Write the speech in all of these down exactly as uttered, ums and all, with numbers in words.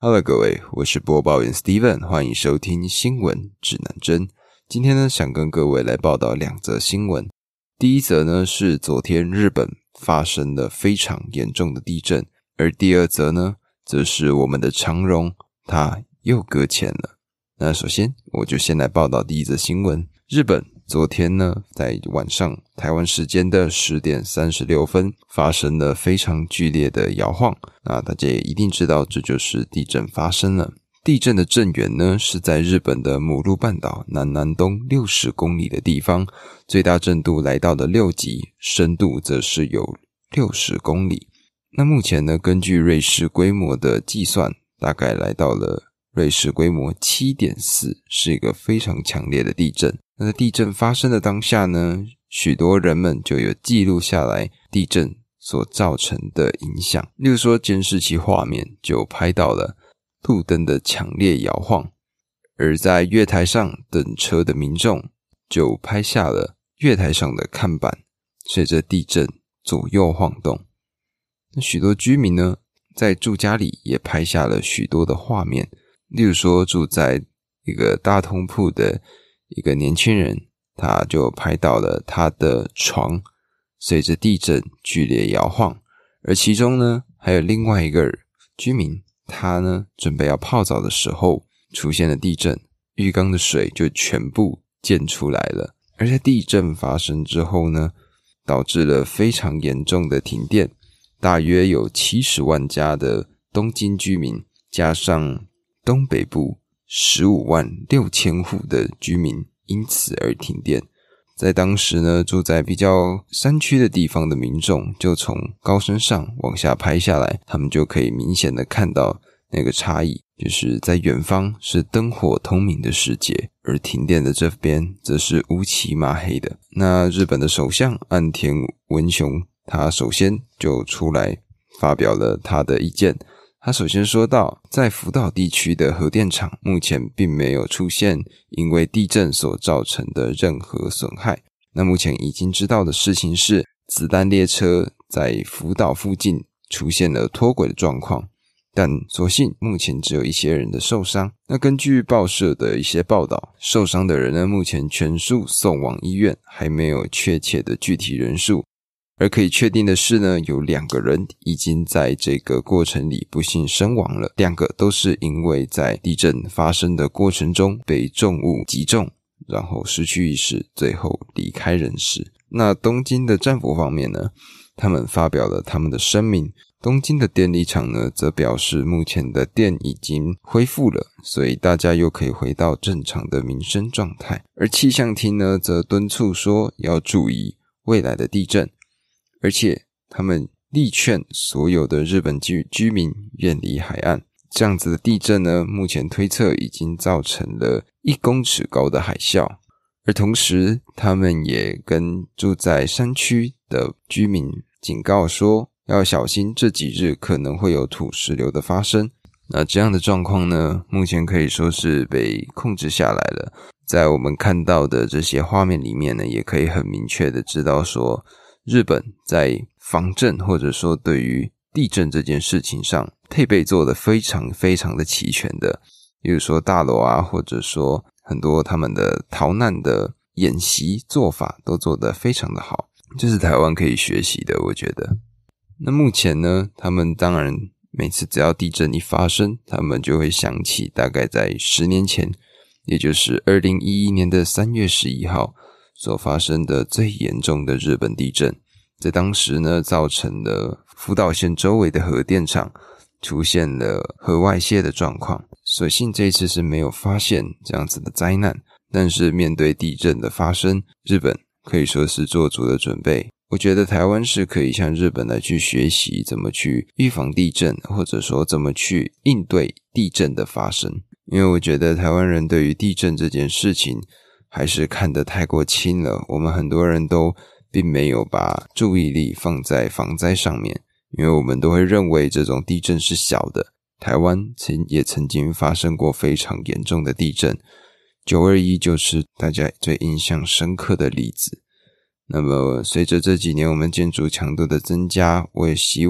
Hello， 各位，我是播报员 Steven， 欢迎收听新闻指南针。今天呢，想跟各位来报道两则新闻。第一则呢是昨天日本发生了非常严重的地震，而第二则呢，则是我们的长荣它又搁浅了。那首先，我就先来报道第一则新闻。日本昨天呢，在晚上台湾时间的十点三十六分发生了非常剧烈的摇晃。那大家也一定知道，这就是地震发生了。地震的震源呢，是在日本的母鹿半岛南南东六十公里的地方，最大震度来到了六级，深度则是有六十公里。那目前呢，根据瑞士规模的计算，大概来到了瑞士规模 七点四， 是一个非常强烈的地震。那在地震发生的当下呢，许多人们就有记录下来地震所造成的影响。例如说，监视器画面就拍到了路灯的强烈摇晃，而在月台上等车的民众就拍下了月台上的看板随着地震左右晃动。那许多居民呢，在住家里也拍下了许多的画面，例如说住在一个大通铺的一个年轻人，他就拍到了他的床随着地震剧烈摇晃，而其中呢还有另外一个居民，他呢准备要泡澡的时候出现了地震，浴缸的水就全部溅出来了。而在地震发生之后呢，导致了非常严重的停电，大约有七十万家的东京居民，加上东北部十五万六千户的居民因此而停电。在当时呢，住在比较山区的地方的民众就从高山上往下拍下来，他们就可以明显的看到那个差异，就是在远方是灯火通明的世界，而停电的这边则是乌漆麻黑的。那日本的首相岸田文雄，他首先就出来发表了他的意见。他首先说到，在福岛地区的核电厂目前并没有出现因为地震所造成的任何损害。那目前已经知道的事情是，子弹列车在福岛附近出现了脱轨的状况，但所幸目前只有一些人的受伤。那根据报社的一些报道，受伤的人呢，目前全数送往医院，还没有确切的具体人数。而可以确定的是呢，有两个人已经在这个过程里不幸身亡了，两个都是因为在地震发生的过程中被重物击中，然后失去意识，最后离开人世。那东京的政府方面呢，他们发表了他们的声明。东京的电力厂呢，则表示目前的电已经恢复了，所以大家又可以回到正常的民生状态。而气象厅呢，则敦促说要注意未来的地震，而且他们力劝所有的日本居居民远离海岸。这样子的地震呢，目前推测已经造成了一公尺高的海啸。而同时他们也跟住在山区的居民警告说，要小心这几日可能会有土石流的发生。那这样的状况呢，目前可以说是被控制下来了。在我们看到的这些画面里面呢，也可以很明确的知道说，日本在防震或者说对于地震这件事情上配备做得非常非常的齐全的，比如说大楼啊，或者说很多他们的逃难的演习做法都做得非常的好，这是台湾可以学习的，我觉得。那目前呢，他们当然每次只要地震一发生，他们就会想起大概在十年前，也就是二零一一年的三月十一号所发生的最严重的日本地震。在当时呢，造成了福岛县周围的核电厂出现了核外泄的状况。所幸这一次是没有发现这样子的灾难，但是面对地震的发生，日本可以说是做足了准备。我觉得台湾是可以向日本来去学习怎么去预防地震，或者说怎么去应对地震的发生。因为我觉得台湾人对于地震这件事情还是看得太过轻了，我们很多人都并没有把注意力放在防灾上面，因为我们都会认为这种地震是小的。台湾曾也曾经发生过非常严重的地震，九二一就是大家最印象深刻的例子。那么随着这几年我们建筑强度的增加，我也希望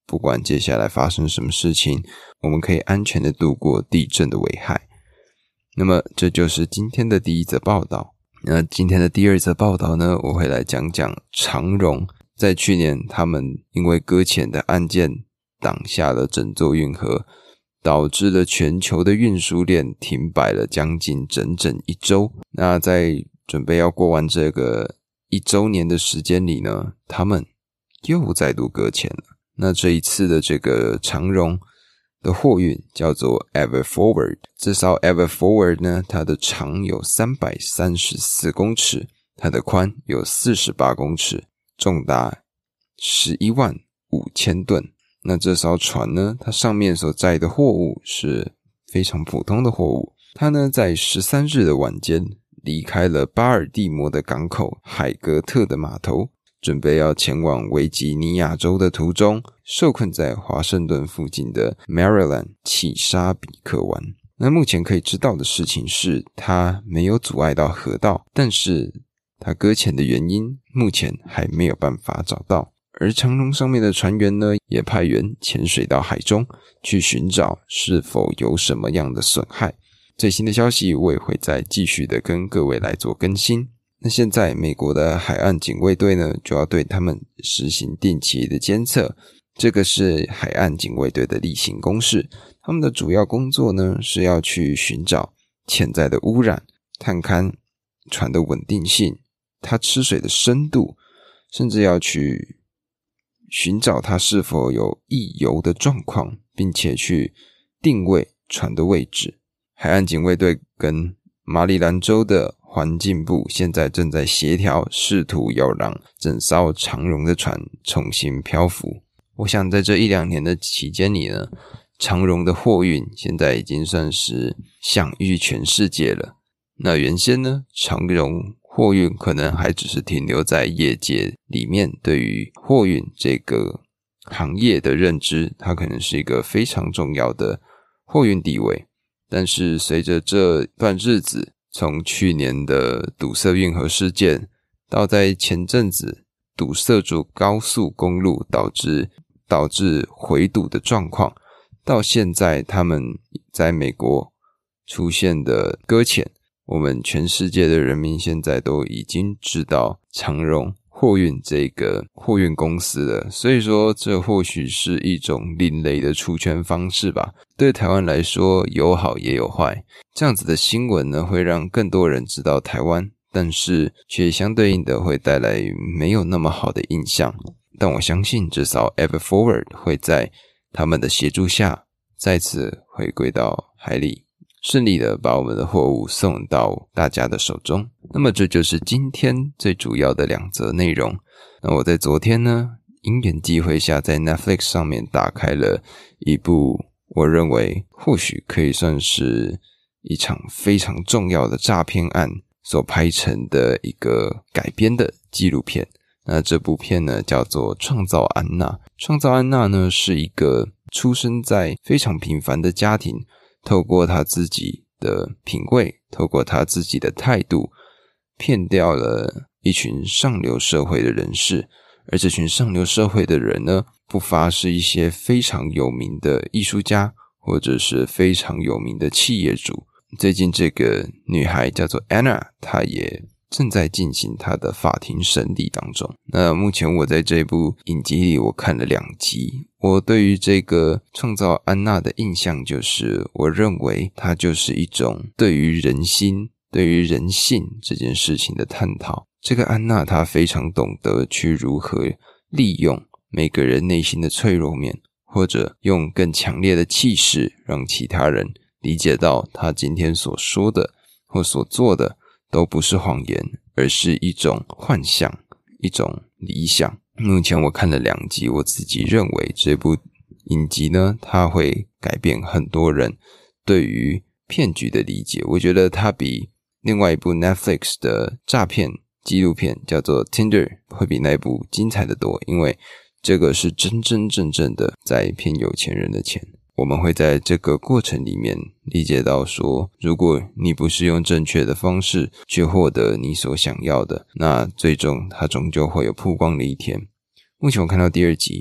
不管接下来发生什么事情，我们可以安全的度过地震的危害。那么这就是今天的第一则报道。那今天的第二则报道呢，我会来讲讲长荣在去年他们因为搁浅的案件挡下了整座运河，导致了全球的运输链停摆了将近整整一周。那在准备要过完这个一周年的时间里呢，他们又再度搁浅了。那这一次的这个长荣的货运叫做 Ever Forward， 这艘 Ever Forward 呢，它的长有三百三十四公尺，它的宽有四十八公尺，重达十一万五千吨。那这艘船呢，它上面所载的货物是非常普通的货物。它呢，在十三日的晚间离开了巴尔的摩的港口海格特的码头，准备要前往维吉尼亚州的途中，受困在华盛顿附近的 Maryland 契沙比克湾。那目前可以知道的事情是，它没有阻碍到河道，但是它搁浅的原因目前还没有办法找到。而长荣上面的船员呢，也派员潜水到海中去寻找是否有什么样的损害。最新的消息我也会再继续的跟各位来做更新。那现在美国的海岸警卫队呢，就要对他们实行定期的监测，这个是海岸警卫队的例行公事。他们的主要工作呢，是要去寻找潜在的污染，探勘船的稳定性，它吃水的深度，甚至要去寻找它是否有溢油的状况，并且去定位船的位置。海岸警卫队跟马里兰州的环境部现在正在协调，试图要让整艘长荣的船重新漂浮。我想在这一两年的期间里呢，长荣的货运现在已经算是享誉全世界了。那原先呢，长荣货运可能还只是停留在业界里面对于货运这个行业的认知，它可能是一个非常重要的货运地位。但是随着这段日子，从去年的堵塞运河事件，到在前阵子堵塞住高速公路导致导致回堵的状况，到现在他们在美国出现的搁浅，我们全世界的人民现在都已经知道长荣货运这个货运公司了。所以说这或许是一种另类的出圈方式吧。对台湾来说有好也有坏，这样子的新闻呢，会让更多人知道台湾，但是却相对应的会带来没有那么好的印象。但我相信这艘 Ever Forward 会在他们的协助下再次回归到海里，顺利的把我们的货物送到大家的手中。那么这就是今天最主要的两则内容。那我在昨天呢，因缘际会下在 Netflix 上面打开了一部我认为或许可以算是一场非常重要的诈骗案所拍成的一个改编的纪录片。那这部片呢叫做创造安娜。创造安娜呢是一个出生在非常平凡的家庭，透过他自己的品味，透过他自己的态度，骗掉了一群上流社会的人士。而这群上流社会的人呢，不乏是一些非常有名的艺术家，或者是非常有名的企业主。最近这个女孩叫做 Anna， 她也正在进行她的法庭审理当中。那目前我在这部影集里我看了两集，我对于这个创造安娜的印象就是，我认为它就是一种对于人心、对于人性这件事情的探讨。这个安娜她非常懂得去如何利用每个人内心的脆弱面，或者用更强烈的气势让其他人理解到她今天所说的或所做的都不是谎言，而是一种幻象，一种理想。目前我看了两集，我自己认为这部影集呢，它会改变很多人对于骗局的理解。我觉得它比另外一部 Netflix 的诈骗纪录片叫做 Tinder 会比那部精彩的多，因为这个是真真正正的在骗有钱人的钱。我们会在这个过程里面理解到说，如果你不是用正确的方式去获得你所想要的，那最终它终究会有曝光的一天。目前我看到第二集，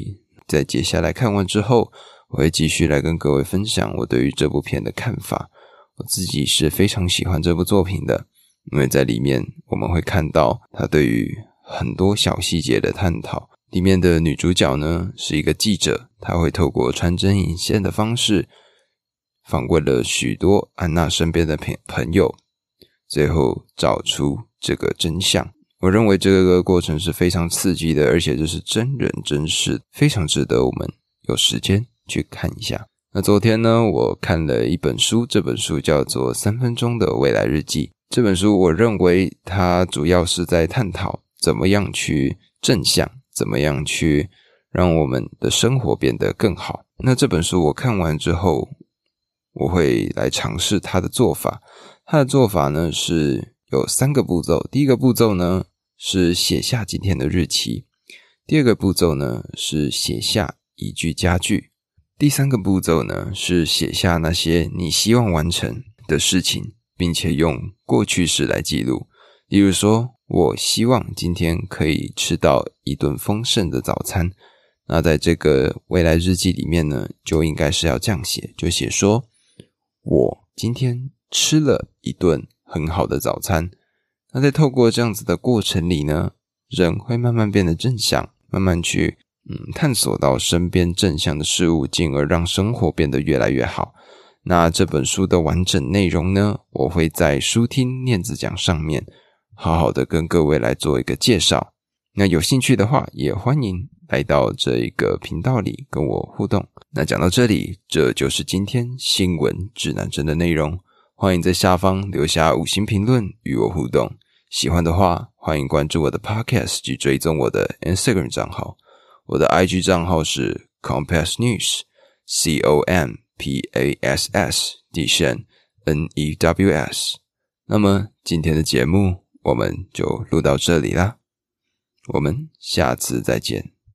在接下来看完之后，我会继续来跟各位分享我对于这部片的看法。我自己是非常喜欢这部作品的，因为在里面我们会看到他对于很多小细节的探讨。里面的女主角呢是一个记者，她会透过穿针引线的方式访问了许多安娜身边的朋友，最后找出这个真相。我认为这个过程是非常刺激的，而且这是真人真事，非常值得我们有时间去看一下。那昨天呢，我看了一本书，这本书叫做《三分钟的未来日记》。这本书我认为它主要是在探讨怎么样去正向，怎么样去让我们的生活变得更好。那这本书我看完之后，我会来尝试它的做法。它的做法呢是有三个步骤。第一个步骤呢是写下今天的日期，第二个步骤呢是写下一句佳句，第三个步骤呢是写下那些你希望完成的事情，并且用过去式来记录。例如说，我希望今天可以吃到一顿丰盛的早餐，那在这个未来日记里面呢，就应该是要这样写，就写说我今天吃了一顿很好的早餐。那在透过这样子的过程里呢，人会慢慢变得正向，慢慢去嗯探索到身边正向的事物，进而让生活变得越来越好。那这本书的完整内容呢，我会在书听念字讲上面好好的跟各位来做一个介绍。那有兴趣的话，也欢迎来到这一个频道里跟我互动。那讲到这里，这就是今天新闻指南针的内容。欢迎在下方留下五星评论与我互动。喜欢的话，欢迎关注我的 podcast 及追踪我的 Instagram 账号。我的 I G 账号是 Compass News C O M P A S S 底线 N E W S。 那么今天的节目我们就录到这里啦，我们下次再见。